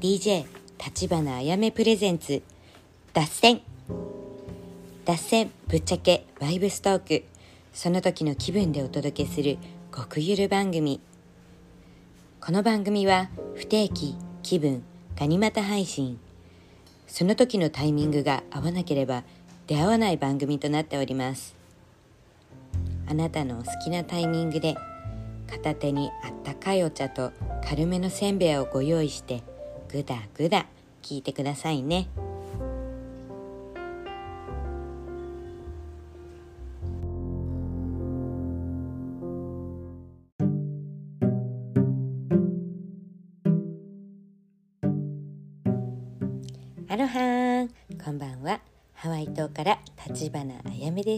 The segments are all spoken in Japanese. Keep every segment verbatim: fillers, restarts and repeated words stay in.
ディージェー 立花あやめプレゼンツ脱線脱線ぶっちゃけバイブストーク、その時の気分でお届けする極ゆる番組。この番組は不定期、気分、ガニ股配信、その時のタイミングが合わなければ出会わない番組となっております。あなたのお好きなタイミングで片手にあったかいお茶と軽めのせんべいをご用意してぐだぐだ聞いてくださいね。アロハーン、こんばんは。ハワイ島から立花あやめです。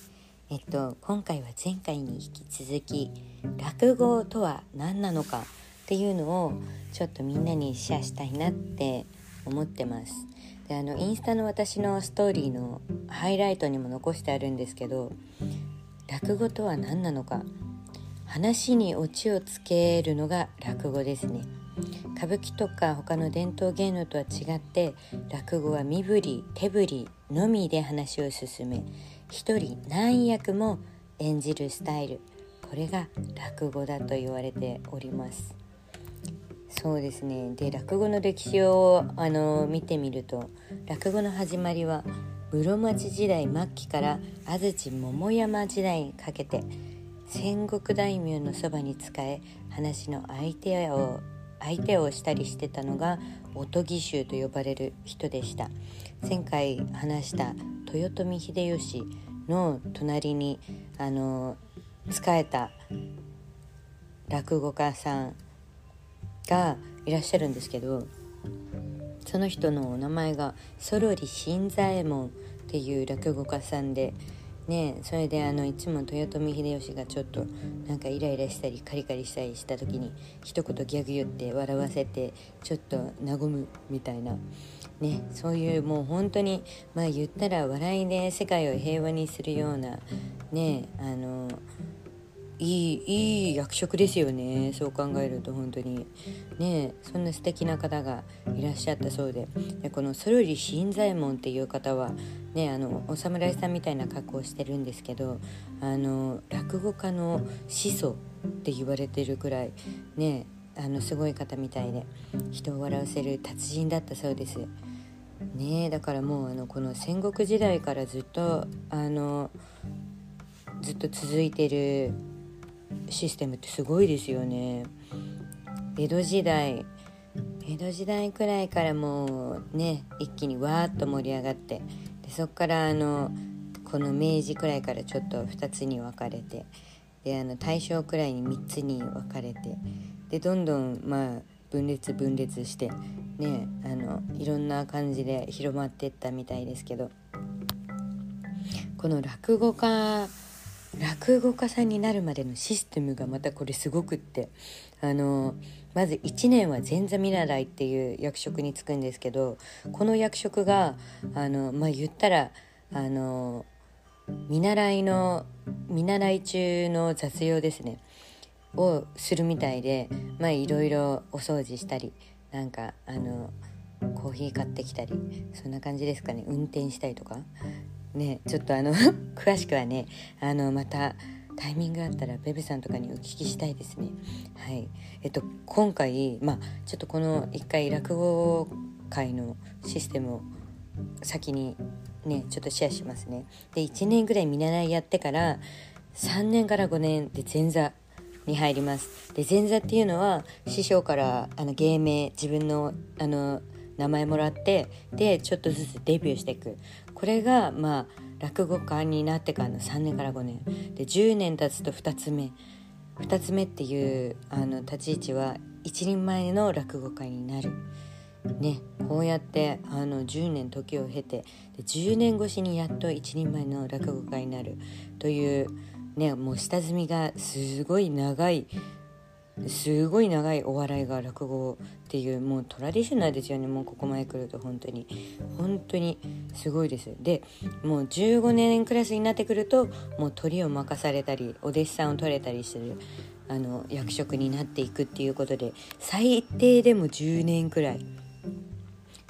えっと今回は前回に引き続き落語とは何なのかっていうのをちょっとみんなにシェアしたいなって思ってます。であのインスタの私のストーリーのハイライトにも残してあるんですけど、落語とは何なのか、話にオチをつけるのが落語ですね。歌舞伎とか他の伝統芸能とは違って落語は身振り手振りのみで話を進め、一人何役も演じるスタイル、これが落語だと言われております。そうですね。で落語の歴史をあの見てみると、落語の始まりは室町時代末期から安土桃山時代にかけて戦国大名のそばに仕え話の相手を相手をしたりしてたのが音義衆と呼ばれる人でした。前回話した豊臣秀吉の隣にあの仕えた落語家さんがいらっしゃるんですけど、その人のお名前がそろり新左衛門っていう落語家さんでね、それであのいつも豊臣秀吉がちょっとなんかイライラしたりカリカリしたりした時に一言ギャグ言って笑わせてちょっと和むみたいなね、そういうもう本当にまあ言ったら笑いで世界を平和にするようなね、あのいいいい役職ですよね。そう考えると本当にね、そんな素敵な方がいらっしゃったそうで、でこのそろり新左衛門っていう方はね、あのお侍さんみたいな格好をしてるんですけど、あの落語家の始祖って言われてるくらいね、あのすごい方みたいで人を笑わせる達人だったそうですね。だからもうあのこの戦国時代からずっとあのずっと続いてるシステムってすごいですよね。江戸時代江戸時代くらいからもうね一気にわーっと盛り上がって、でそこからあのこの明治くらいからちょっとふたつに分かれて、であの大正くらいにみっつに分かれて、でどんどんまあ分裂分裂してね、あのいろんな感じで広まっていったみたいですけど、この落語家落語家さんになるまでのシステムがまたこれすごくって、あのまずいちねんは前座見習いっていう役職に就くんですけど、この役職があの、まあ、言ったらあの見習いの見習い中の雑用ですねをするみたいで、まあいろいろお掃除したり、なんかあのコーヒー買ってきたり、そんな感じですかね。運転したりとかね、ちょっとあの詳しくはね、あのまたタイミングがあったらベベさんとかにお聞きしたいですね。はい、えっと今回まあちょっとこの一回落語界のシステムを先にねちょっとシェアしますね。でいちねんぐらい見習いやってからさんねんからごねんで前座に入ります。で前座っていうのは師匠からあの芸名自分のあの名前もらって、でちょっとずつデビューしていく。これがまあ落語家になってからのさんねんからごねんで、じゅうねん経つとふたつめふたつめっていうあの立ち位置は一人前の落語家になるね。こうやってあのじゅうねん時を経て、でじゅうねん越しにやっと一人前の落語家になるというね、もう下積みがすごい長いすごい長いお笑いが落語っていう、もうトラディショナルですよね。もうここまで来ると本当に本当にすごいです。でもうじゅうごねんクラスになってくるともうトリを任されたりお弟子さんを取れたりするあの役職になっていくっていうことで、最低でもじゅうねんくらい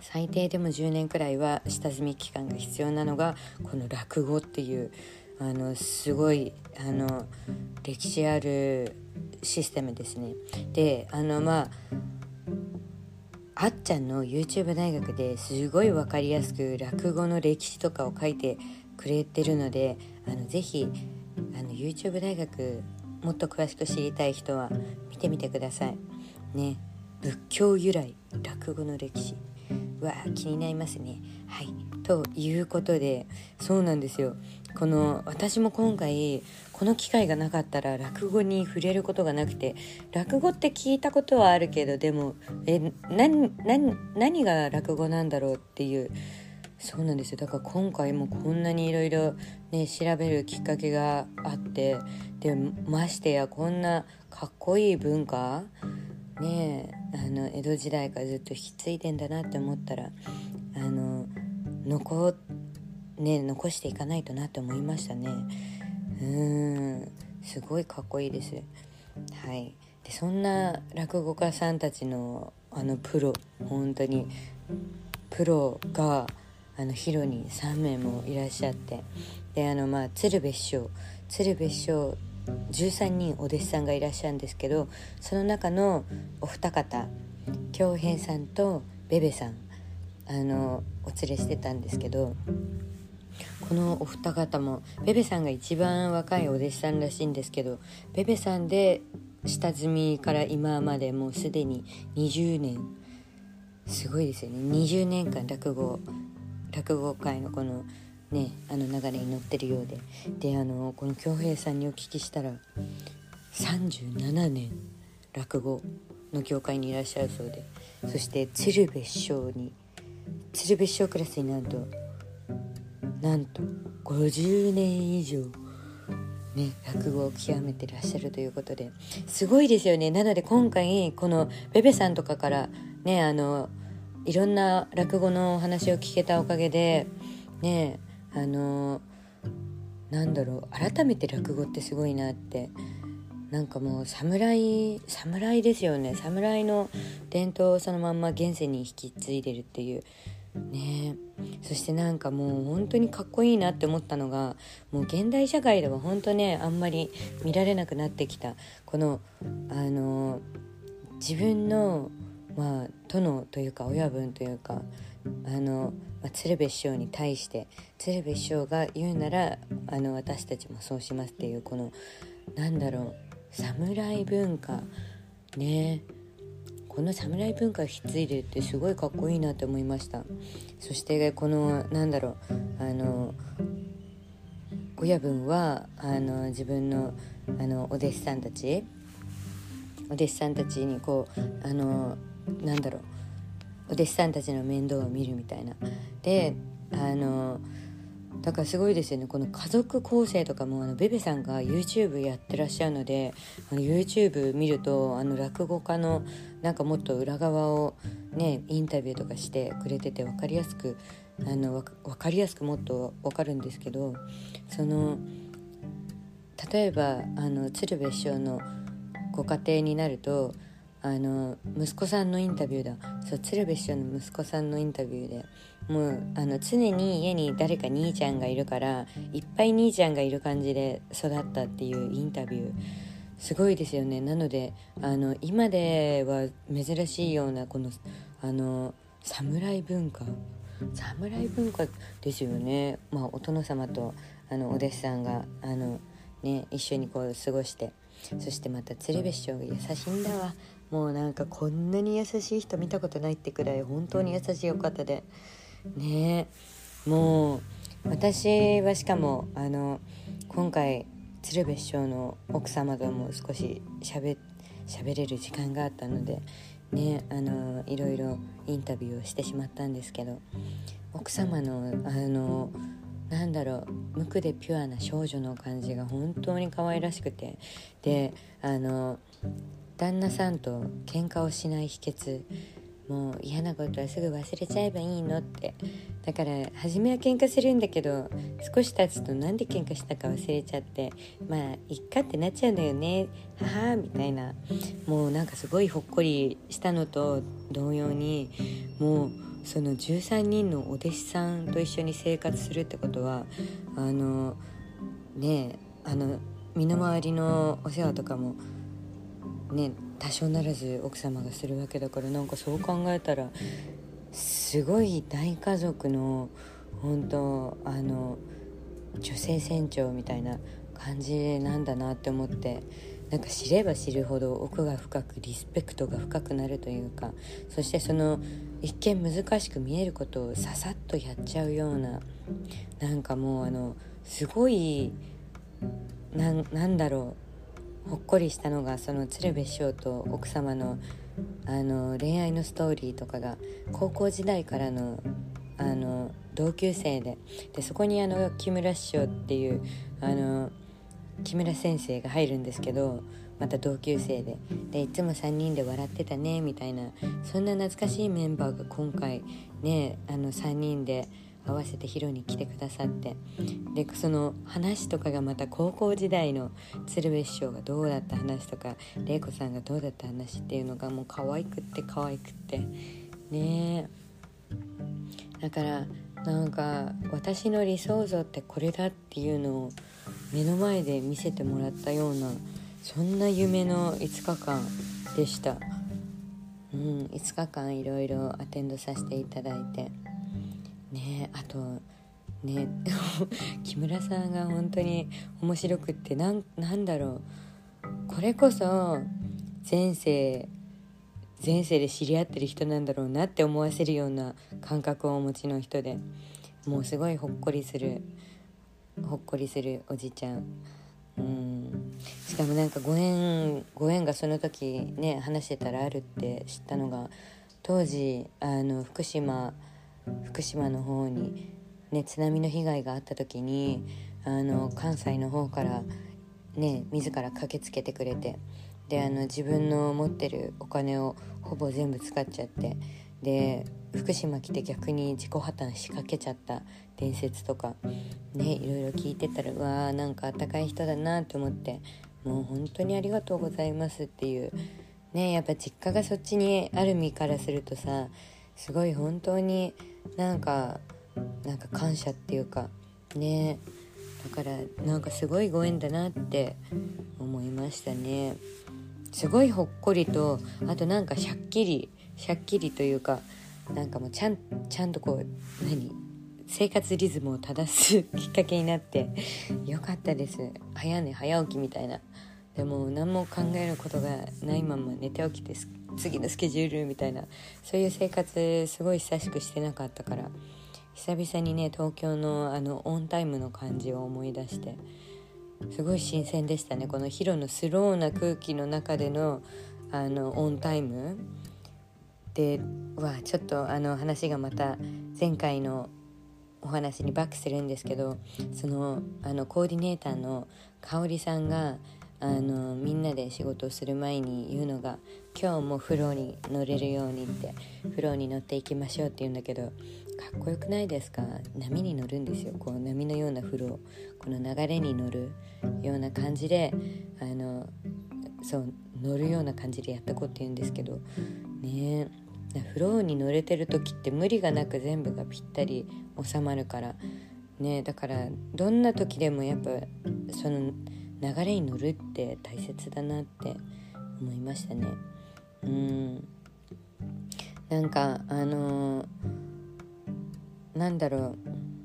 最低でもじゅうねんくらいは下積み期間が必要なのがこの落語っていうあのすごいあの歴史あるシステムですね。であのまああっちゃんの YouTube 大学ですごい分かりやすく落語の歴史とかを書いてくれてるので、あのぜひあの YouTube 大学もっと詳しく知りたい人は見てみてくださいね。仏教由来落語の歴史は気になりますね。はい、ということで、そうなんですよ。この私も今回この機会がなかったら落語に触れることがなくて、落語って聞いたことはあるけど、でもえ何何何が落語なんだろうっていう、そうなんですよ。だから今回もこんなにいろいろね調べるきっかけがあって、でましてやこんなかっこいい文化ねえ、あの江戸時代からずっと引き継いでんだなって思ったら、あの残ね残していかないとなって思いましたね。うーんすごいかっこいいです。はい。でそんな落語家さんたちのあのプロ、本当にプロがあのヒロにさんめいもいらっしゃって、であのまあ鶴瓶師匠鶴瓶師匠じゅうさんにんお弟子さんがいらっしゃるんですけど、その中のお二方、京平さんとベベさんあのお連れしてたんですけど、このお二方もベベさんが一番若いお弟子さんらしいんですけど、ベベさんで下積みから今までもうすでににじゅうねん、すごいですよね。にじゅうねんかん落語落語界のこのねあの流れに乗ってるようで、であのこの京平さんにお聞きしたらさんじゅうななねん落語の業界にいらっしゃるそうで、そして鶴瓶師匠に鶴瓶師匠クラスになるとなんとごじゅうねん以上ね落語を極めてらっしゃるということで、すごいですよね。なので今回このベベさんとかからねあのいろんな落語のお話を聞けたおかげでね、あのなんだろう、改めて落語ってすごいなって、なんかもう侍侍ですよね。侍の伝統をそのまんま現世に引き継いでるっていうね。そしてなんかもう本当にかっこいいなって思ったのが、もう現代社会では本当ねあんまり見られなくなってきたこのあの自分のまあ殿というか親分というかあの、まあ、鶴瓶師匠に対して鶴瓶師匠が言うならあの私たちもそうしますっていう、このなんだろう侍文化ね、この侍文化を引き継いでるってすごいかっこいいなって思いました。そしてこのなんだろうあの親分はあの自分のあのお弟子さんたちお弟子さんたちにこうあのなんだろうお弟子さんたちの面倒を見るみたいなで、あのだからすごいですよね。この家族構成とかもあのベベさんが YouTube やってらっしゃるので、あの YouTube 見るとあの落語家のなんかもっと裏側をねインタビューとかしてくれてて分かりやすくあの分かりやすくもっと分かるんですけど、その例えばあの鶴瓶師匠のご家庭になるとあの息子さんのインタビューだそう鶴瓶師匠の息子さんのインタビューでもうあの常に家に誰か兄ちゃんがいるからいっぱい兄ちゃんがいる感じで育ったっていうインタビューすごいですよね。なのであの今では珍しいようなこのあの侍文化侍文化ですよね。まあお殿様とあのお弟子さんがあの、ね、一緒にこう過ごして、そしてまた鶴瓶師匠が優しいんだわ。もうなんかこんなに優しい人見たことないってくらい本当に優しいお方でね。もう私はしかもあの今回鶴瓶師匠の奥様とも少ししゃべ喋れる時間があったのでね、あのいろいろインタビューをしてしまったんですけど、奥様のあのなんだろう無垢でピュアな少女の感じが本当に可愛らしくて、であの旦那さんと喧嘩をしない秘訣、もう嫌なことはすぐ忘れちゃえばいいのって、だから初めは喧嘩するんだけど少し経つとなんで喧嘩したか忘れちゃってまあいっかってなっちゃうんだよねははみたいな、もうなんかすごいほっこりしたのと同様にもうそのじゅうさんにんのお弟子さんと一緒に生活するってことはあのねあの身の回りのお世話とかもね多少ならず奥様がするわけだから、なんかそう考えたらすごい大家族の本当あの女性船長みたいな感じなんだなって思って、なんか知れば知るほど奥が深くリスペクトが深くなるというか、そしてその一見難しく見えることをささっとやっちゃうような、なんかもうあのすごい な, なんだろうほっこりしたのが、その鶴瓶師匠と奥様のあの恋愛のストーリーとかが高校時代からのあの同級生 で, でそこにあの木村師匠っていうあの木村先生が入るんですけど、また同級生 で, でいつもさんにんで笑ってたねみたいな、そんな懐かしいメンバーが今回ねあのさんにんで合わせてヒロに来てくださって、でその話とかがまた高校時代の鶴瓶師匠がどうだった話とか玲子さんがどうだった話っていうのがもう可愛くって可愛くってね。だからなんか私の理想像ってこれだっていうのを目の前で見せてもらったような、そんな夢のいつかかんでした。うん、いつかかんいろいろアテンドさせていただいてね。あとね木村さんが本当に面白くって、なん、なんだろうこれこそ前世前世で知り合ってる人なんだろうなって思わせるような感覚をお持ちの人で、もうすごいほっこりするほっこりするおじちゃん。うん、しかもなんかご縁ご縁がその時ね話してたらあるって知ったのが、当時あの福島福島の方にね津波の被害があった時にあの関西の方からね自ら駆けつけてくれて、であの自分の持ってるお金をほぼ全部使っちゃって、で福島来て逆に自己破綻しかけちゃった伝説とかねいろいろ聞いてたら、うわーなんかあったかい人だなと思って、もう本当にありがとうございますっていうね。やっぱ実家がそっちにある身からするとさ、すごい本当になんかなんか感謝っていうかね、だからなんかすごいご縁だなって思いましたね。すごいほっこりと、あとなんかしゃっきりしゃっきりというか、なんかもうちゃんちゃんとこう何生活リズムを正すきっかけになってよかったです。早寝早起きみたいな、でも何も考えることがないまま寝て起きて次のスケジュールみたいな、そういう生活すごい久しくしてなかったから、久々にね東京のあのオンタイムの感じを思い出してすごい新鮮でしたね。このヒロのスローな空気の中でのあのオンタイムではちょっとあの話がまた前回のお話にバックするんですけど、そのあのコーディネーターの香織さんがあのみんなで仕事をする前に言うのが、今日もフローに乗れるようにってフローに乗っていきましょうって言うんだけど、かっこよくないですか？波に乗るんですよ。こう波のようなフロー、この流れに乗るような感じであのそう乗るような感じでやってこうって言うんですけどね。フローに乗れてる時って無理がなく全部がぴったり収まるからね。だからどんな時でもやっぱその流れに乗るって大切だなって思いましたね。うん、なんかあのー、なんだろ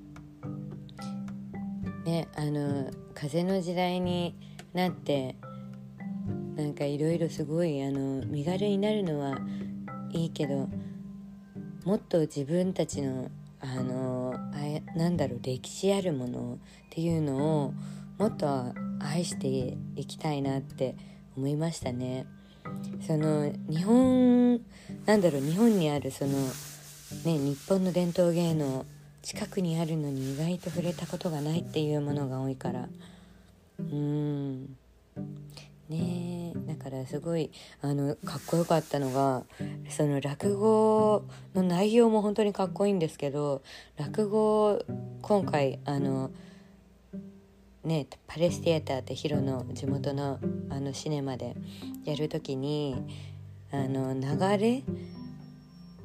うね、あのー、風の時代になってなんかいろいろすごいあの身軽になるのはいいけど、もっと自分たちのあのあなんだろう歴史あるものっていうのをもっと愛していきたいなって思いましたね。その日本なんだろう日本にあるそのね日本の伝統芸能近くにあるのに意外と触れたことがないっていうものが多いから、うーんねえ、だからすごいあのかっこよかったのが、その落語の内容も本当にかっこいいんですけど、落語今回あのねパレスティアターってヒロの地元のあのシネマでやるときにあの流れ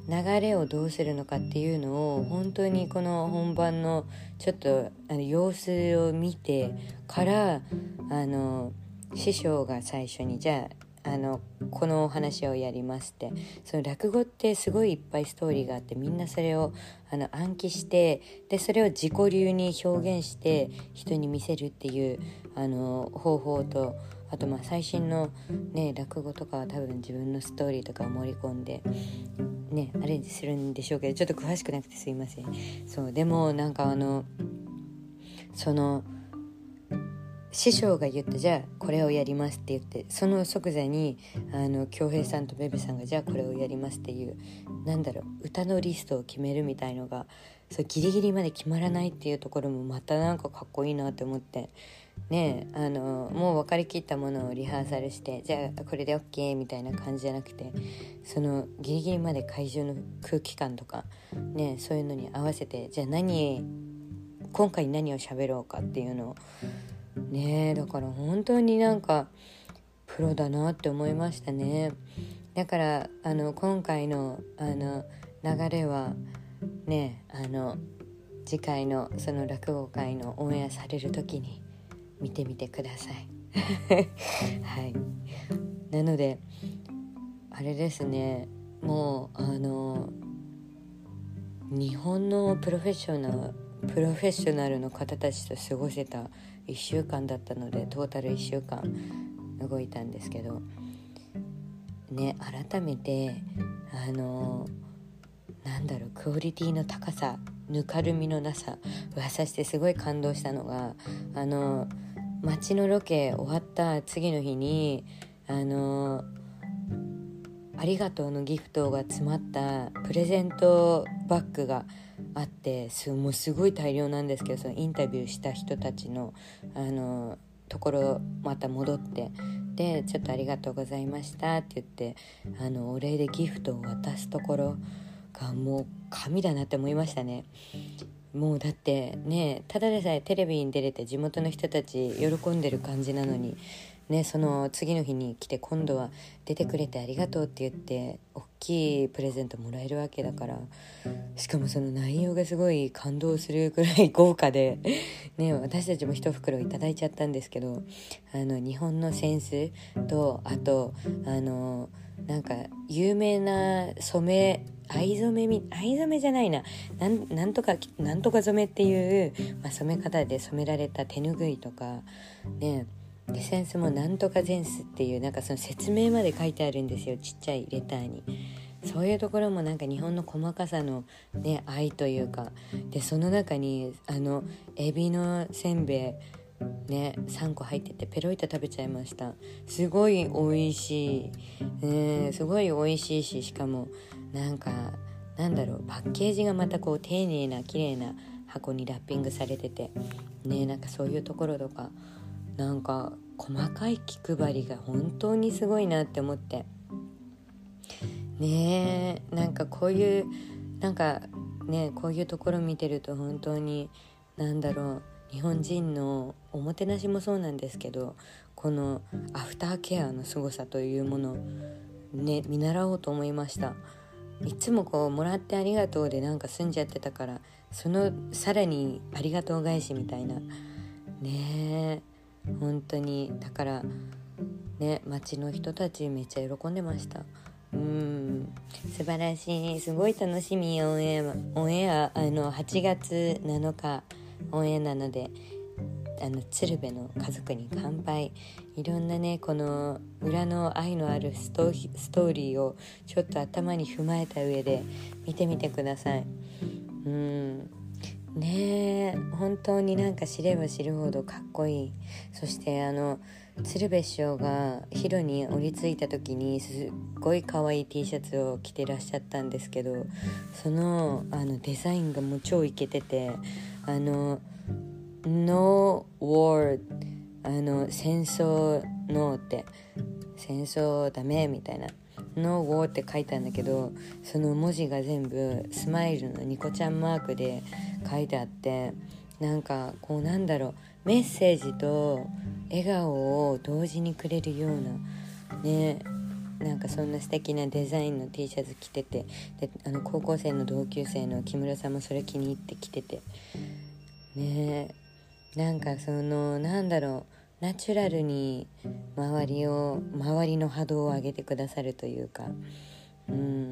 流れをどうするのかっていうのを本当にこの本番のちょっとあの様子を見てからあの師匠が最初にじゃああのこのお話をやりますって、その落語ってすごいいっぱいストーリーがあって、みんなそれをあの暗記して、でそれを自己流に表現して人に見せるっていうあの方法と、あとまあ最新の、ね、落語とかは多分自分のストーリーとかを盛り込んで、ね、アレンジするんでしょうけど、ちょっと詳しくなくてすいません。そうでもなんかあのその師匠が言ったじゃあこれをやりますって言って、その即座にあの京平さんとベベさんがじゃあこれをやりますっていう、なんだろう、歌のリストを決めるみたいのがそうギリギリまで決まらないっていうところもまたなんかかっこいいなって思って。ね、あのもう分かりきったものをリハーサルして、じゃあこれで OK みたいな感じじゃなくて、そのギリギリまで会場の空気感とか、ね、そういうのに合わせて、じゃあ何今回何を喋ろうかっていうのをね、だから本当になんかプロだなって思いましたね。だからあの今回のあの流れはね、あの次回のその落語会のオンエアされる時に見てみてくださいはい、なのであれですね、もうあの日本のプロフェッショナルプロフェッショナルの方たちと過ごせたいっしゅうかんだったので、トータルいっしゅうかん動いたんですけどね、改めてあのなんだろう、クオリティの高さ、ぬかるみのなさ、噂してすごい感動したのが、あの街のロケ終わった次の日にあのありがとうのギフトが詰まったプレゼントバッグがあって、すもうすごい大量なんですけど、そのインタビューした人たちのあのところまた戻って、でちょっとありがとうございましたって言ってあのお礼でギフトを渡すところがもう神だなって思いましたね。もうだってね、ただでさえテレビに出れて地元の人たち喜んでる感じなのにね、その次の日に来て今度は出てくれてありがとうって言って大きいプレゼントもらえるわけだから、しかもその内容がすごい感動するくらい豪華でね、私たちも一袋いただいちゃったんですけど、あの日本のセンスと、あとあのなんか有名な染め藍染めみ藍染めじゃないな、なん、なんとかなんとか染めっていう、まあ、染め方で染められた手ぬぐいとかね、エッセンスもなんとかゼンスっていうなんかその説明まで書いてあるんですよ、ちっちゃいレターに。そういうところもなんか日本の細かさのね愛というかで、その中にあのエビのせんべいねさんこ入っててペロリと食べちゃいました。すごい美味しい、えー、すごい美味しいし、しかもなんかなんだろう、パッケージがまたこう丁寧な綺麗な箱にラッピングされててね、なんかそういうところとかなんか細かい気配りが本当にすごいなって思ってねえ、なんかこういうなんかねこういうところ見てると本当になんだろう、日本人のおもてなしもそうなんですけど、このアフターケアの凄さというものをね見習おうと思いました。いつもこうもらってありがとうでなんか済んじゃってたから、そのさらにありがとう返しみたいなねえ、本当にだからね、街の人たちめっちゃ喜んでました。うーん、素晴らしい、すごい楽しみ。オンエアオンエアあのはちがつなのかオンエアなので、あの鶴瓶の家族に乾杯、いろんなねこの裏の愛のあるストー、ストーリーをちょっと頭に踏まえた上で見てみてください。うーんねえ、本当になんか知れば知るほどかっこいい。そしてあの鶴瓶師匠がヒロに降りついた時にすっごい可愛い T シャツを着てらっしゃったんですけど、そのあのデザインがもう超イケてて、あの No war あの戦争 No って戦争ダメみたいな No war って書いたんだけど、その文字が全部スマイルのニコちゃんマークで書いてあって、なんかこうなんだろう、メッセージと笑顔を同時にくれるようなねなんかそんな素敵なデザインの T シャツ着てて、であの高校生の同級生の木村さんもそれ気に入って着ててね。なんかそのなんだろう、ナチュラルに周りを周りの波動を上げてくださるというか、うん、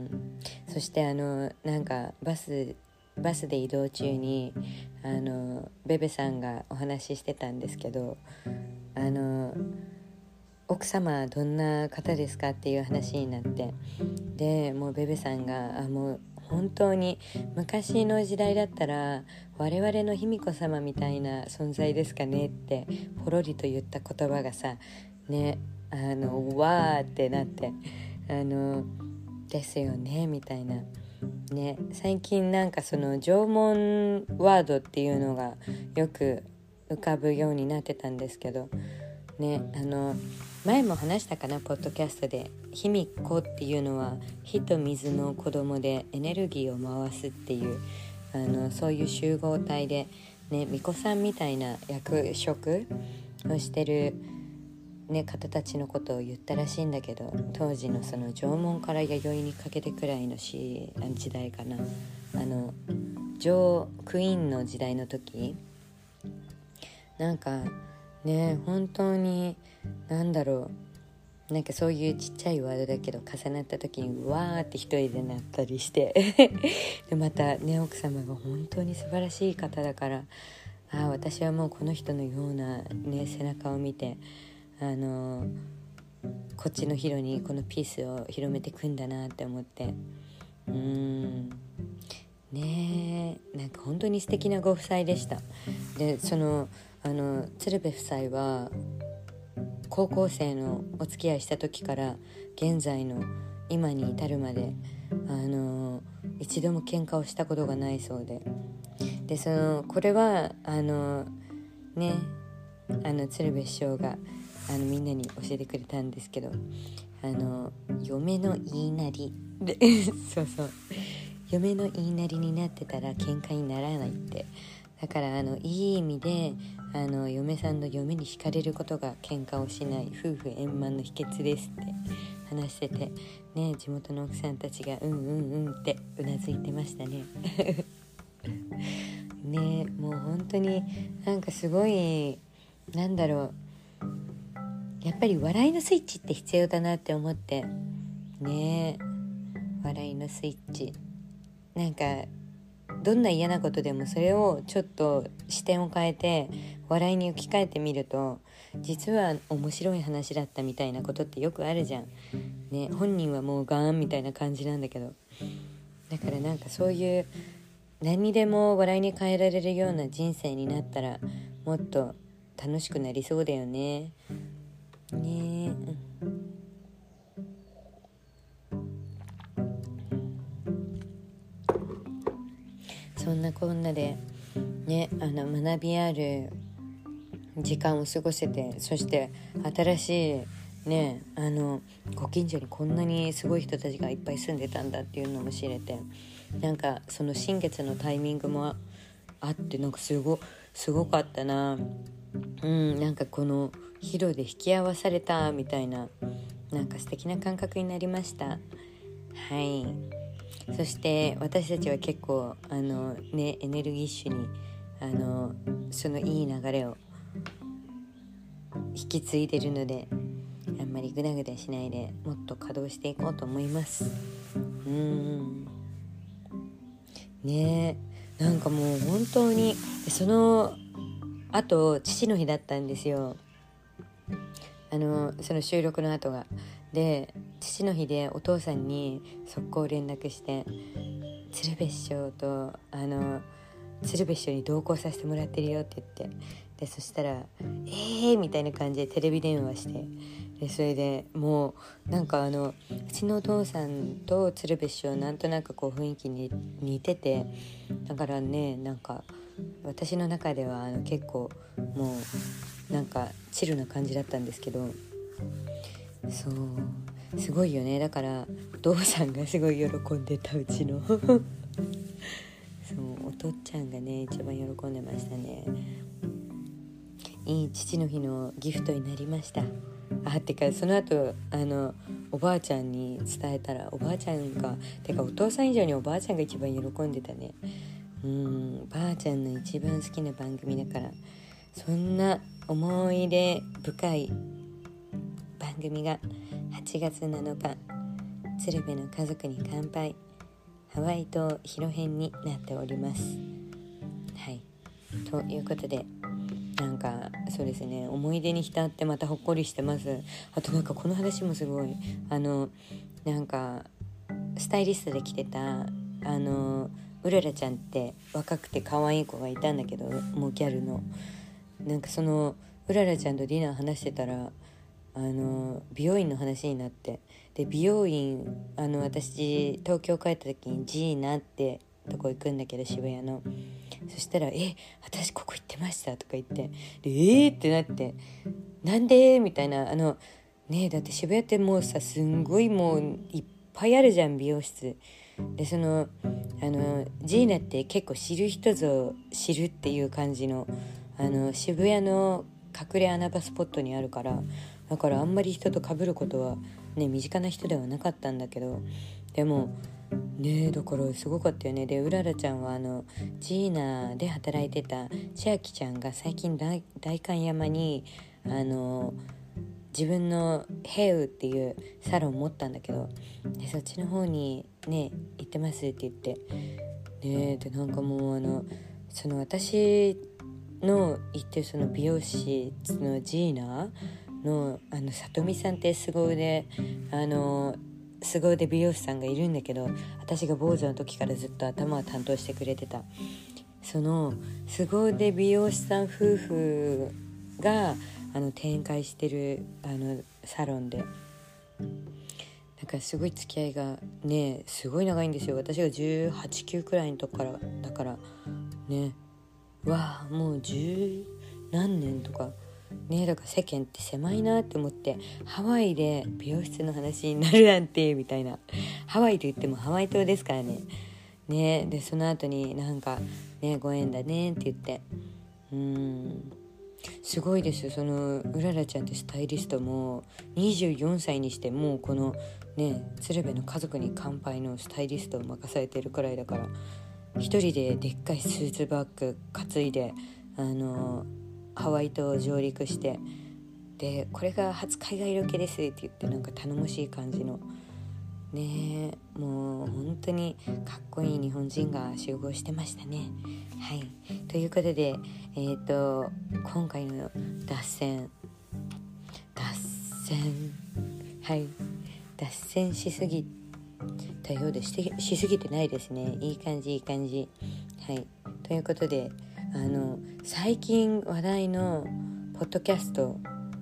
そしてあのなんかバスバスで移動中にあのベベさんがお話ししてたんですけど、あの奥様どんな方ですかっていう話になって、でもうベベさんがあもう本当に昔の時代だったら我々の卑弥呼様みたいな存在ですかねってポロリと言った言葉がさね、あのわーってなって、あのですよねみたいなね。最近なんかその縄文ワードっていうのがよく浮かぶようになってたんですけどね、あの前も話したかな、ポッドキャストで。卑弥呼っていうのは火と水の子供でエネルギーを回すっていうあのそういう集合体でね、巫女さんみたいな役職をしてる、ね、方たちのことを言ったらしいんだけど、当時のその縄文から弥生にかけてくらいの時代かな、あの女クイーンの時代の時なんかね、本当になんだろう、なんかそういうちっちゃいワードだけど重なった時にわーって一人でなったりしてでまたね、奥様が本当に素晴らしい方だから、あ私はもうこの人のような、ね、背中を見てあのこっちのヒロにこのピースを広めていくんだなって思って、うーんねえ、なんか本当に素敵なご夫妻でした。でそのあの鶴瓶夫妻は高校生のお付き合いした時から現在の今に至るまであの一度も喧嘩をしたことがないそうで、でそのこれはあのねあの鶴瓶師匠があのみんなに教えてくれたんですけど、あの嫁の言いなりでそうそう、嫁の言いなりになってたら喧嘩にならないって。だからあのいい意味であの嫁さんの嫁に惹かれることが喧嘩をしない夫婦円満の秘訣ですって話しててね、地元の奥さんたちがうんうんうんってうなずいてましたねね、もう本当になんかすごいなんだろう、やっぱり笑いのスイッチって必要だなって思ってね。笑いのスイッチ、なんかどんな嫌なことでもそれをちょっと視点を変えて笑いに置き換えてみると実は面白い話だったみたいなことってよくあるじゃん、ね、本人はもうガーンみたいな感じなんだけど、だからなんかそういう何にでも笑いに変えられるような人生になったらもっと楽しくなりそうだよね。ねえ、そんなこんなでね、あの学びある時間を過ごせて、そして新しいね、あのご近所にこんなにすごい人たちがいっぱい住んでたんだっていうのも知れて、なんかその新月のタイミングもあってなんかすごすごかったな。うん、なんかこのヒロで引き合わされたみたいな、なんか素敵な感覚になりました。はい。そして私たちは結構あのねエネルギッシュにあのそのいい流れを引き継いでるので、あんまりグダグダしないでもっと稼働していこうと思います。うーんねえ、なんかもう本当にそのあと父の日だったんですよ。あのその収録の後がで、父の日でお父さんに速攻連絡して鶴瓶師匠とあの鶴瓶師匠に同行させてもらってるよって言って、でそしたらえーみたいな感じでテレビ電話して、でそれでもうなんかあのうちのお父さんと鶴瓶師匠なんとなくこう雰囲気に似てて、だからねなんか私の中ではあの結構もうなんかチルな感じだったんですけど、そうすごいよね。だからお父さんがすごい喜んでた、うちのそうお父ちゃんがね一番喜んでましたね。いい父の日のギフトになりました。 あってかその後あのおばあちゃんに伝えたら、おばあちゃんがてかお父さん以上におばあちゃんが一番喜んでたね。うん、ばあちゃんの一番好きな番組だから、そんな思い出深い番組がはちがつなのか、鶴瓶の家族に乾杯ハワイ島広編になっております。はい、ということで、なんかそうですね、思い出に浸ってまたほっこりしてます。あとなんかこの話もすごい、あのなんかスタイリストで来てたあのうららちゃんって若くて可愛い子がいたんだけど、もうギャルの、なんかそのうららちゃんとディナー話してたら、あの美容院の話になって、で美容院あの私東京帰った時にジーナってとこ行くんだけど、渋谷の、そしたらえ私ここ行ってましたとか言って、でえーってなって、なんでみたいな、あのねえだって渋谷ってもうさすんごいもういっぱいあるじゃん美容室で、そのあのジーナって結構知る人ぞ知るっていう感じの、あの渋谷の隠れ穴場スポットにあるから、だからあんまり人と被ることはね身近な人ではなかったんだけど、でもねえだからすごかったよね。でうららちゃんはあのジーナで働いてた千秋ちゃんが最近代官山にあの自分のヘウっていうサロン持ったんだけど、でそっちの方にね行ってますって言って、ねでなんかもうあのその私の行ってるその美容師のジーナのあのさとみさんって凄腕あの凄腕美容師さんがいるんだけど、私が坊主の時からずっと頭を担当してくれてたその凄腕美容師さん夫婦があの展開してるあのサロンで、なんかすごい付き合いがねすごい長いんですよ。私がじゅうはち、きゅうくらいのとこからだからね、わあもう十何年とかね、だから世間って狭いなって思って、ハワイで美容室の話になるなんてみたいな、ハワイと言ってもハワイ島ですからね。ねでその後になんかねご縁だねって言って、うーんすごいです。そのうららちゃんってスタイリストもにじゅうよんさいにしてもうこのね鶴瓶の家族に乾杯のスタイリストを任されてるくらいだから、一人ででっかいスーツバッグ担いであのハワイ島上陸して、でこれが初海外ロケですって言って、なんか頼もしい感じのねえもう本当にかっこいい日本人が集合してましたね。はいということで、えーと今回の脱線脱線はい脱線しすぎたようで し, しすぎてないですね。いい感じいい感じ。はいということで、あの最近話題のポッドキャスト、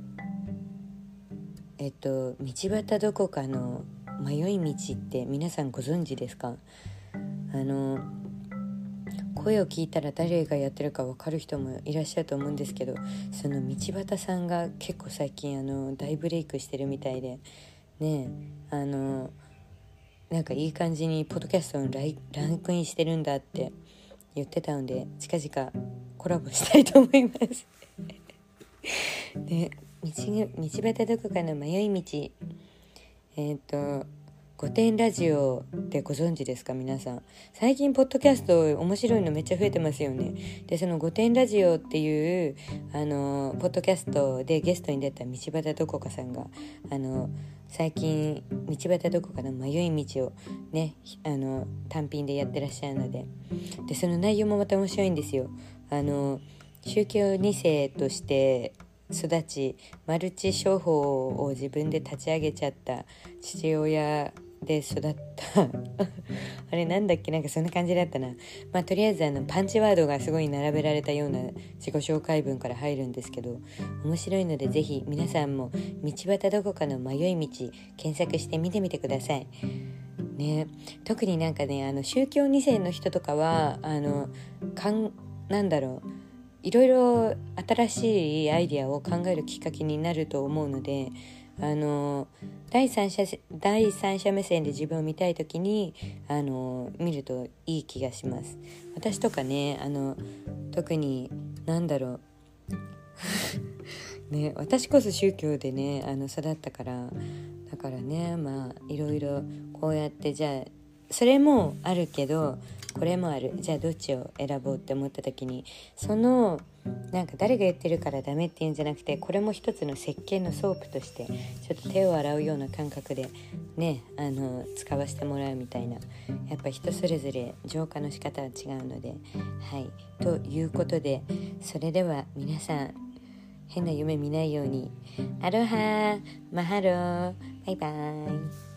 えっと道端どこかの迷い道って皆さんご存知ですか？あの声を聞いたら誰がやってるか分かる人もいらっしゃると思うんですけど、その道端さんが結構最近あの大ブレイクしてるみたいでね、あのなんかいい感じにポッドキャストのランクインしてるんだって言ってたので、近々コラボしたいと思いますで 道, 道端どこかの迷い道、えっと御殿ラジオってご存知ですか皆さん。最近ポッドキャスト面白いのめっちゃ増えてますよね。でその御殿ラジオっていうあのポッドキャストでゲストに出た道端どこかさんがあの最近道端どこかの迷い道をねあの単品でやってらっしゃるので、でその内容もまた面白いんですよ。あの宗教に世として育ちマルチ商法を自分で立ち上げちゃった父親で育ったあれなんだっけ、なんかそんな感じだったな。まあとりあえずあのパンチワードがすごい並べられたような自己紹介文から入るんですけど、面白いのでぜひ皆さんも道端どこかの迷い道検索して見てみてくださいね。特になんかねあの宗教に世の人とかはあのかんなんだろういろいろ新しいアイディアを考えるきっかけになると思うので、あの第三者第三者目線で自分を見たいときにあの見るといい気がします。私とかねあの特になんだろうね、私こそ宗教でねあの育ったからだからね、まあいろいろこうやってじゃあそれもあるけどこれもある、じゃあどっちを選ぼうって思った時に、そのなんか誰が言ってるからダメっていうんじゃなくて、これも一つの石鹸のソープとしてちょっと手を洗うような感覚でねあの使わせてもらうみたいな、やっぱ人それぞれ浄化の仕方は違うので、はいということで、それでは皆さん変な夢見ないように。アロハマハロー、バイバイ。